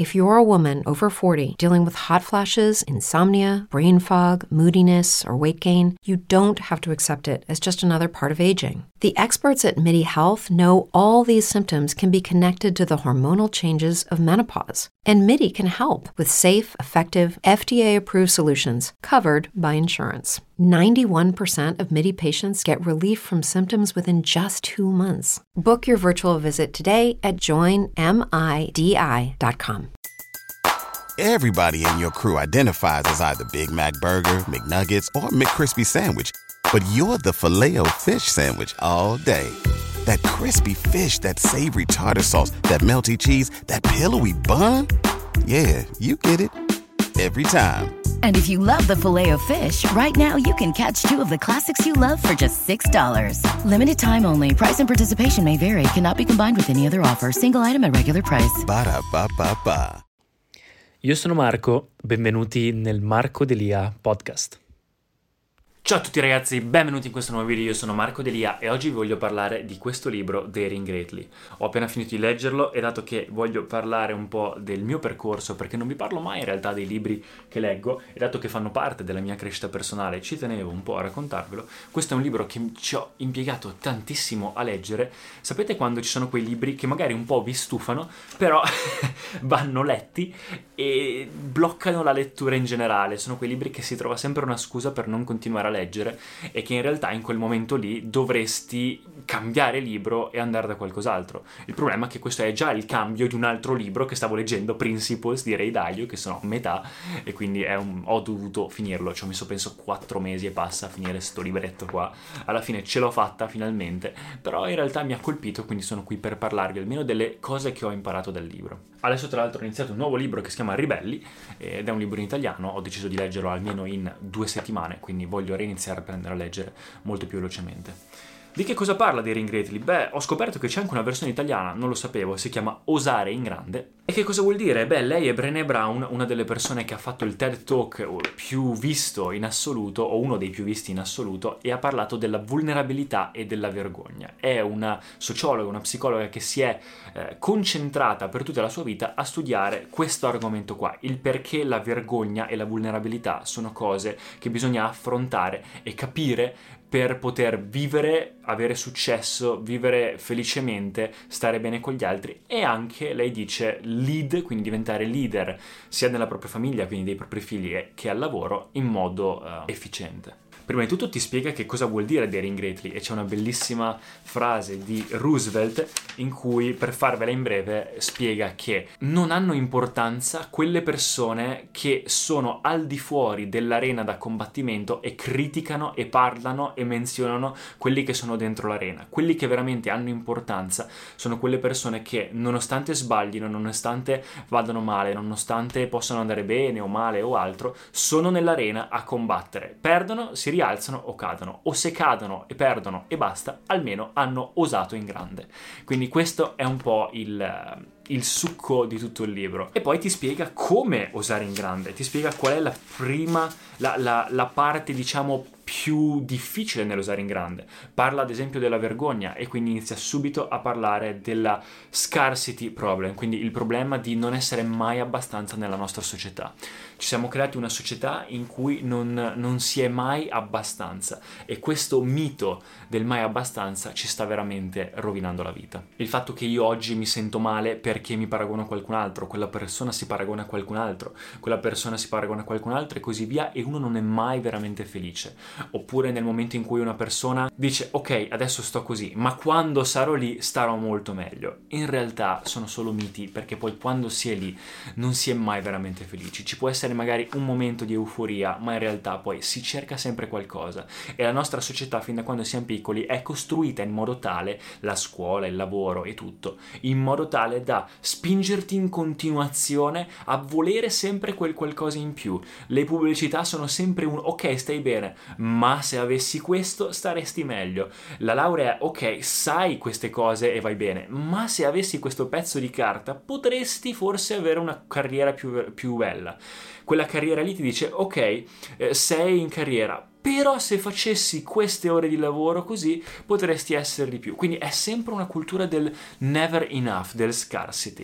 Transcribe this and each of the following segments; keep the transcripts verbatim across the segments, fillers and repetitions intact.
If you're a woman over forty dealing with hot flashes, insomnia, brain fog, moodiness, or weight gain, you don't have to accept it as just another part of aging. The experts at MIDI Health know all these symptoms can be connected to the hormonal changes of menopause. And MIDI can help with safe, effective, F D A-approved solutions covered by insurance. ninety-one percent of MIDI patients get relief from symptoms within just two months. Book your virtual visit today at join midi dot com. Everybody in your crew identifies as either Big Mac Burger, McNuggets, or McCrispy Sandwich. But you're the Filet-O-Fish Sandwich all day. That crispy fish, that savory tartar sauce, that melty cheese, that pillowy bun. Yeah, you get it. Every time. And if you love the Filet-O-Fish, right now you can catch two of the classics you love for just six dollars. Limited time only. Price and participation may vary. Cannot be combined with any other offer. Single item at regular price. Ba-da-ba-ba-ba. Io sono Marco, benvenuti nel Marco Delia Podcast. Ciao a tutti ragazzi, benvenuti in questo nuovo video. Io sono Marco Delia e oggi vi voglio parlare di questo libro, Daring Greatly. Ho appena finito di leggerlo e dato che voglio parlare un po' del mio percorso, perché non vi parlo mai in realtà dei libri che leggo, e dato che fanno parte della mia crescita personale ci tenevo un po' a raccontarvelo. Questo è un libro che ci ho impiegato tantissimo a leggere. Sapete quando ci sono quei libri che magari un po' vi stufano, però vanno letti e bloccano la lettura in generale? Sono quei libri che si trova sempre una scusa per non continuare a leggere e che in realtà in quel momento lì dovresti cambiare libro e andare da qualcos'altro. Il problema è che questo è già il cambio di un altro libro che stavo leggendo, Principles di Ray Dalio, che sono a metà, e quindi è un... ho dovuto finirlo. Ci ho messo penso quattro mesi e passa a finire sto libretto qua. Alla fine ce l'ho fatta finalmente, però in realtà mi ha colpito, quindi sono qui per parlarvi almeno delle cose che ho imparato dal libro. Adesso tra l'altro ho iniziato un nuovo libro che si chiama Ribelli ed è un libro in italiano. Ho deciso di leggerlo almeno in due settimane, quindi voglio iniziare a prendere a leggere molto più velocemente. Di che cosa parla Daring Greatly? Beh, ho scoperto che c'è anche una versione italiana, non lo sapevo, si chiama Osare in grande. E che cosa vuol dire? Beh, lei è Brené Brown, una delle persone che ha fatto il TED Talk più visto in assoluto, o uno dei più visti in assoluto, e ha parlato della vulnerabilità e della vergogna. È una sociologa, una psicologa che si è eh, concentrata per tutta la sua vita a studiare questo argomento qua, il perché la vergogna e la vulnerabilità sono cose che bisogna affrontare e capire per poter vivere, avere successo, vivere felicemente, stare bene con gli altri e anche, lei dice, lead, quindi diventare leader sia nella propria famiglia, quindi dei propri figli, che al lavoro in modo uh, efficiente. Prima di tutto ti spiega che cosa vuol dire Daring Greatly, e c'è una bellissima frase di Roosevelt in cui, per farvela in breve, spiega che non hanno importanza quelle persone che sono al di fuori dell'arena da combattimento e criticano e parlano e menzionano quelli che sono dentro l'arena. Quelli che veramente hanno importanza sono quelle persone che, nonostante sbaglino, nonostante vadano male, nonostante possano andare bene o male o altro, sono nell'arena a combattere. Perdono, si rialzano o cadono, o se cadono e perdono e basta, almeno hanno osato in grande. Quindi questo è un po' il, il succo di tutto il libro. E poi ti spiega come osare in grande, ti spiega qual è la prima, la, la, la parte diciamo più difficile nell'osare in grande. Parla ad esempio della vergogna e quindi inizia subito a parlare della scarcity problem, quindi il problema di non essere mai abbastanza nella nostra società. Ci siamo creati una società in cui non, non si è mai abbastanza, e questo mito del mai abbastanza ci sta veramente rovinando la vita. Il fatto che io oggi mi sento male perché mi paragono a qualcun altro, quella persona si paragona a qualcun altro, quella persona si paragona a qualcun altro e così via, e uno non è mai veramente felice. Oppure nel momento in cui una persona dice ok, adesso sto così, ma quando sarò lì starò molto meglio. In realtà sono solo miti, perché poi quando si è lì non si è mai veramente felici. Ci può essere magari un momento di euforia, ma in realtà poi si cerca sempre qualcosa, e la nostra società fin da quando siamo piccoli è costruita in modo tale, la scuola, il lavoro e tutto, in modo tale da spingerti in continuazione a volere sempre quel qualcosa in più. Le pubblicità sono sempre un ok, stai bene, ma se avessi questo staresti meglio. La laurea è ok, sai queste cose e vai bene, ma se avessi questo pezzo di carta potresti forse avere una carriera più, più bella. Quella carriera lì ti dice ok, eh, sei in carriera, però se facessi queste ore di lavoro così potresti essere di più. Quindi è sempre una cultura del never enough, del scarcity.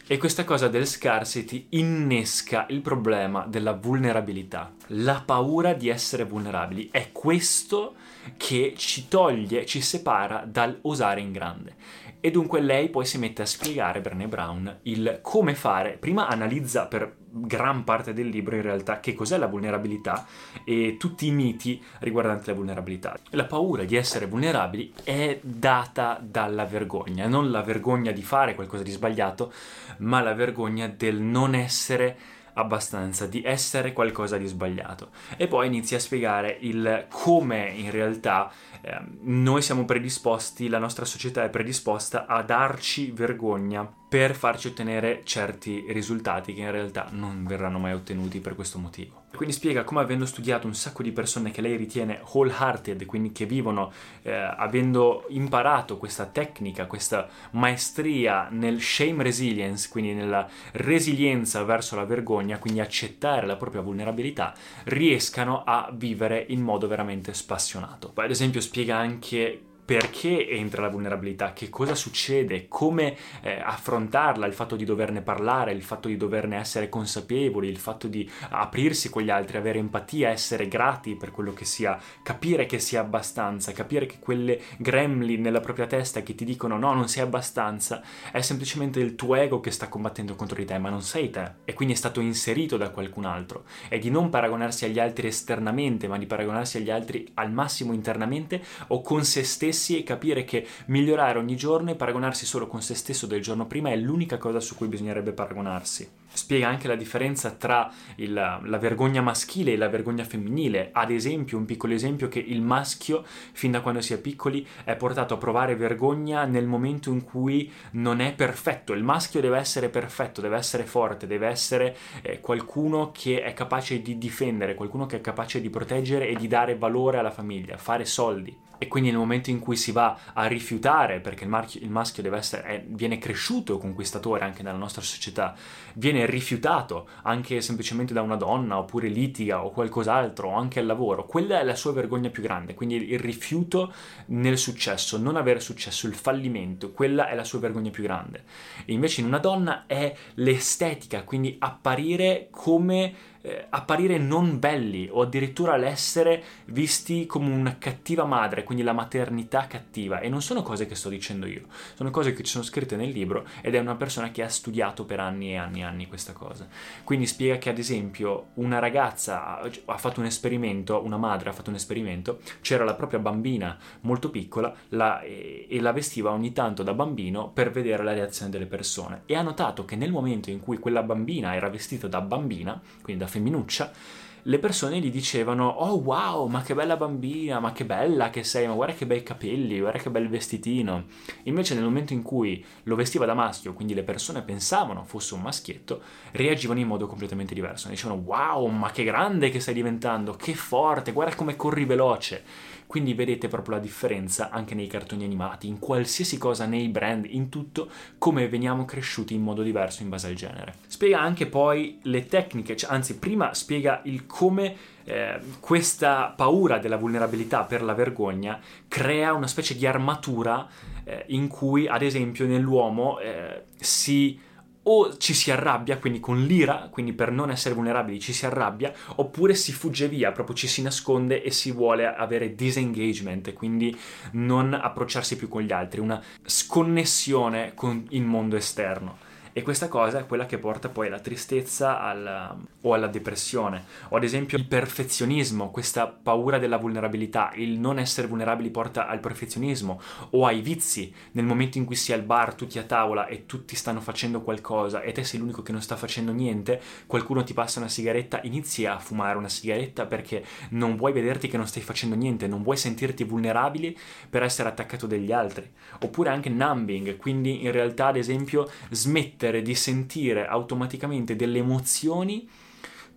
E questa cosa del scarcity innesca il problema della vulnerabilità, la paura di essere vulnerabili. È questo che ci toglie, ci separa dal osare in grande. E dunque lei poi si mette a spiegare, Brené Brown, il come fare. Prima analizza per gran parte del libro in realtà che cos'è la vulnerabilità e tutti i miti riguardanti la vulnerabilità. La paura di essere vulnerabili è data dalla vergogna, non la vergogna di fare qualcosa di sbagliato, ma la vergogna del non essere abbastanza, di essere qualcosa di sbagliato. E poi inizia a spiegare il come in realtà eh, noi siamo predisposti, la nostra società è predisposta a darci vergogna per farci ottenere certi risultati che in realtà non verranno mai ottenuti per questo motivo. Quindi spiega come, avendo studiato un sacco di persone che lei ritiene wholehearted, quindi che vivono eh, avendo imparato questa tecnica, questa maestria nel shame resilience, quindi nella resilienza verso la vergogna, quindi accettare la propria vulnerabilità, riescano a vivere in modo veramente spassionato. Poi ad esempio spiega anche perché entra la vulnerabilità, che cosa succede, come eh, affrontarla, il fatto di doverne parlare, il fatto di doverne essere consapevoli, il fatto di aprirsi con gli altri, avere empatia, essere grati per quello che sia, capire che sia abbastanza, capire che quelle gremlin nella propria testa che ti dicono no, non sei abbastanza, è semplicemente il tuo ego che sta combattendo contro di te, ma non sei te, e quindi è stato inserito da qualcun altro, e di non paragonarsi agli altri esternamente, ma di paragonarsi agli altri al massimo internamente o con se stessi, e capire che migliorare ogni giorno e paragonarsi solo con se stesso del giorno prima è l'unica cosa su cui bisognerebbe paragonarsi. Spiega anche la differenza tra il, la vergogna maschile e la vergogna femminile. Ad esempio, un piccolo esempio, che il maschio, fin da quando si è piccoli, è portato a provare vergogna nel momento in cui non è perfetto. Il maschio deve essere perfetto, deve essere forte, deve essere eh, qualcuno che è capace di difendere, qualcuno che è capace di proteggere e di dare valore alla famiglia, fare soldi. E quindi nel momento in cui si va a rifiutare, perché il, marchio, il maschio deve essere, è, viene cresciuto conquistatore anche nella nostra società, viene rifiutato anche semplicemente da una donna, oppure litiga o qualcos'altro, o anche al lavoro, quella è la sua vergogna più grande, quindi il rifiuto nel successo, non avere successo, il fallimento, quella è la sua vergogna più grande. E invece in una donna è l'estetica, quindi apparire come Eh, apparire non belli, o addirittura l'essere visti come una cattiva madre, quindi la maternità cattiva. E non sono cose che sto dicendo io, sono cose che ci sono scritte nel libro, ed è una persona che ha studiato per anni e anni e anni questa cosa. Quindi spiega che ad esempio una ragazza ha, ha fatto un esperimento, una madre ha fatto un esperimento, c'era la propria bambina molto piccola la, e, e la vestiva ogni tanto da bambino per vedere la reazione delle persone, e ha notato che nel momento in cui quella bambina era vestita da bambina, quindi da femminuccia, le persone gli dicevano oh wow, ma che bella bambina, ma che bella che sei, ma guarda che bei capelli, guarda che bel vestitino. Invece nel momento in cui lo vestiva da maschio, quindi le persone pensavano fosse un maschietto, reagivano in modo completamente diverso, dicevano wow, ma che grande che stai diventando, che forte, guarda come corri veloce. Quindi vedete proprio la differenza anche nei cartoni animati, in qualsiasi cosa, nei brand, in tutto, come veniamo cresciuti in modo diverso in base al genere. Spiega anche poi le tecniche, cioè, anzi prima spiega il come eh, questa paura della vulnerabilità per la vergogna crea una specie di armatura eh, in cui ad esempio nell'uomo eh, si... o ci si arrabbia, quindi con l'ira, quindi per non essere vulnerabili ci si arrabbia, oppure si fugge via, proprio ci si nasconde e si vuole avere disengagement, quindi non approcciarsi più con gli altri, una sconnessione con il mondo esterno. E questa cosa è quella che porta poi alla tristezza alla, o alla depressione, o ad esempio il perfezionismo, questa paura della vulnerabilità, il non essere vulnerabili porta al perfezionismo o ai vizi. Nel momento in cui si è al bar tutti a tavola e tutti stanno facendo qualcosa e te sei l'unico che non sta facendo niente, qualcuno ti passa una sigaretta, inizi a fumare una sigaretta perché non vuoi vederti che non stai facendo niente, non vuoi sentirti vulnerabili per essere attaccato dagli altri. Oppure anche numbing, quindi in realtà ad esempio smettere di sentire automaticamente delle emozioni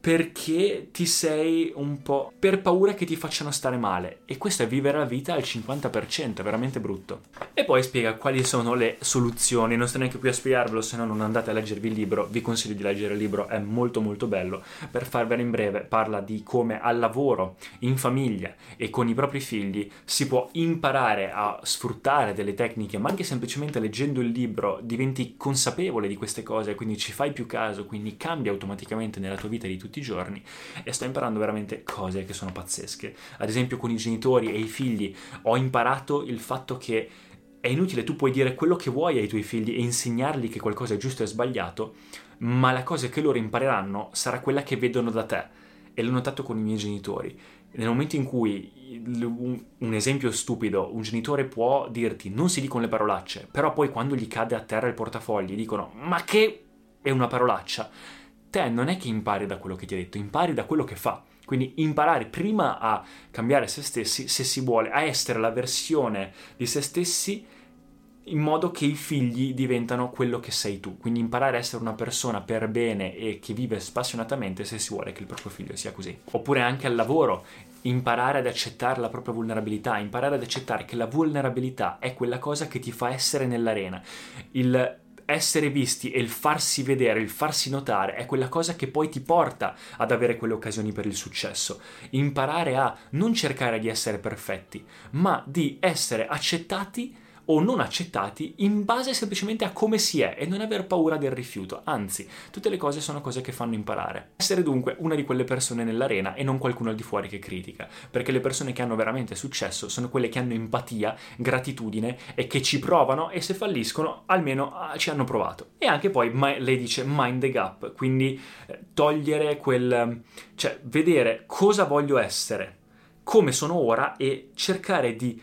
perché ti sei un po' per paura che ti facciano stare male, e questo è vivere la vita al cinquanta per cento, è veramente brutto. E poi spiega quali sono le soluzioni. Non sto neanche qui a spiegarvelo, se no non andate a leggervi il libro. Vi consiglio di leggere il libro, è molto molto bello. Per farvela in breve, parla di come al lavoro, in famiglia e con i propri figli si può imparare a sfruttare delle tecniche, ma anche semplicemente leggendo il libro diventi consapevole di queste cose, quindi ci fai più caso, quindi cambia automaticamente nella tua vita di tutti i giorni. E sto imparando veramente cose che sono pazzesche. Ad esempio con i genitori e i figli ho imparato il fatto che è inutile, tu puoi dire quello che vuoi ai tuoi figli e insegnargli che qualcosa è giusto e sbagliato, ma la cosa che loro impareranno sarà quella che vedono da te. E l'ho notato con i miei genitori. Nel momento in cui, un esempio stupido, un genitore può dirti non si dicono le parolacce, però poi quando gli cade a terra il portafogli dicono ma che è una parolaccia, te non è che impari da quello che ti ha detto, impari da quello che fa. Quindi imparare prima a cambiare se stessi, se si vuole, a essere la versione di se stessi, in modo che i figli diventano quello che sei tu. Quindi imparare a essere una persona per bene e che vive spassionatamente, se si vuole che il proprio figlio sia così. Oppure anche al lavoro, imparare ad accettare la propria vulnerabilità, imparare ad accettare che la vulnerabilità è quella cosa che ti fa essere nell'arena. Il essere visti e il farsi vedere, il farsi notare è quella cosa che poi ti porta ad avere quelle occasioni per il successo. Imparare a non cercare di essere perfetti, ma di essere accettati o non accettati in base semplicemente a come si è, e non aver paura del rifiuto. Anzi, tutte le cose sono cose che fanno imparare. Essere dunque una di quelle persone nell'arena e non qualcuno al di fuori che critica, perché le persone che hanno veramente successo sono quelle che hanno empatia, gratitudine e che ci provano, e se falliscono almeno ah, ci hanno provato. E anche poi ma, lei dice mind the gap, quindi eh, togliere quel, cioè vedere cosa voglio essere, come sono ora, e cercare di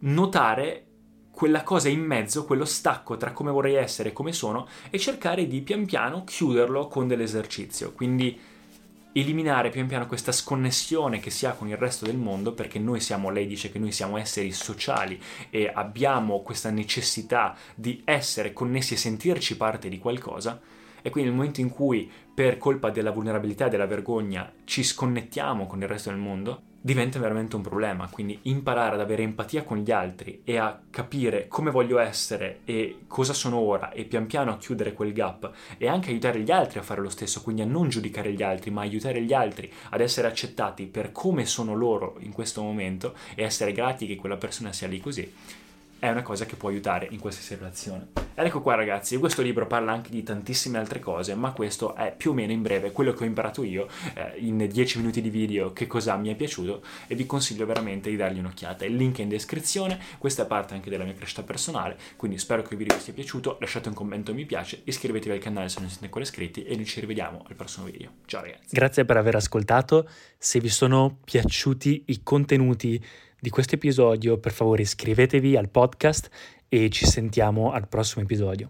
notare quella cosa in mezzo, quello stacco tra come vorrei essere e come sono, e cercare di pian piano chiuderlo con dell'esercizio. Quindi eliminare pian piano questa sconnessione che si ha con il resto del mondo, perché noi siamo, lei dice che noi siamo esseri sociali e abbiamo questa necessità di essere connessi e sentirci parte di qualcosa. E quindi nel momento in cui per colpa della vulnerabilità e della vergogna ci sconnettiamo con il resto del mondo, diventa veramente un problema. Quindi imparare ad avere empatia con gli altri e a capire come voglio essere e cosa sono ora, e pian piano a chiudere quel gap, e anche aiutare gli altri a fare lo stesso, quindi a non giudicare gli altri, ma aiutare gli altri ad essere accettati per come sono loro in questo momento e essere grati che quella persona sia lì così, è una cosa che può aiutare in qualsiasi relazione. Ed ecco qua ragazzi, questo libro parla anche di tantissime altre cose, ma questo è più o meno in breve quello che ho imparato io eh, in dieci minuti di video, che cosa mi è piaciuto, e vi consiglio veramente di dargli un'occhiata. Il link è in descrizione, questa è parte anche della mia crescita personale, quindi spero che il video vi sia piaciuto, lasciate un commento, un mi piace, iscrivetevi al canale se non siete ancora iscritti e noi ci rivediamo al prossimo video. Ciao ragazzi. Grazie per aver ascoltato, se vi sono piaciuti i contenuti di questo episodio, per favore iscrivetevi al podcast e ci sentiamo al prossimo episodio.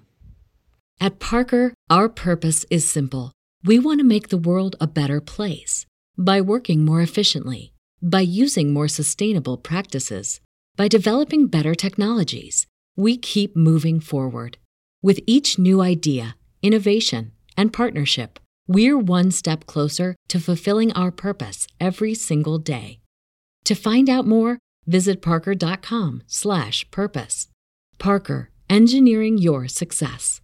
At Parker, our purpose is simple. We want to make the world a better place by working more efficiently, by using more sustainable practices, by developing better technologies. We keep moving forward. With each new idea, innovation, and partnership, we're one step closer to fulfilling our purpose every single day. To find out more, visit parker.com slash purpose. Parker, engineering your success.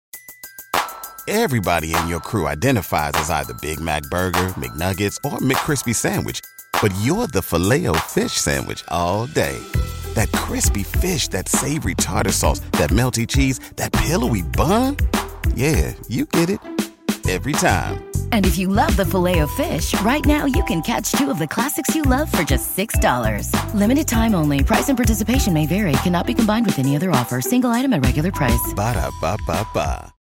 Everybody in your crew identifies as either Big Mac Burger, McNuggets, or McCrispy Sandwich. But you're the Filet-O-Fish Sandwich all day. That crispy fish, that savory tartar sauce, that melty cheese, that pillowy bun. Yeah, you get it. Every time. And if you love the Filet-O-Fish, right now you can catch two of the classics you love for just six dollars. Limited time only. Price and participation may vary. Cannot be combined with any other offer. Single item at regular price. Ba-da-ba-ba-ba.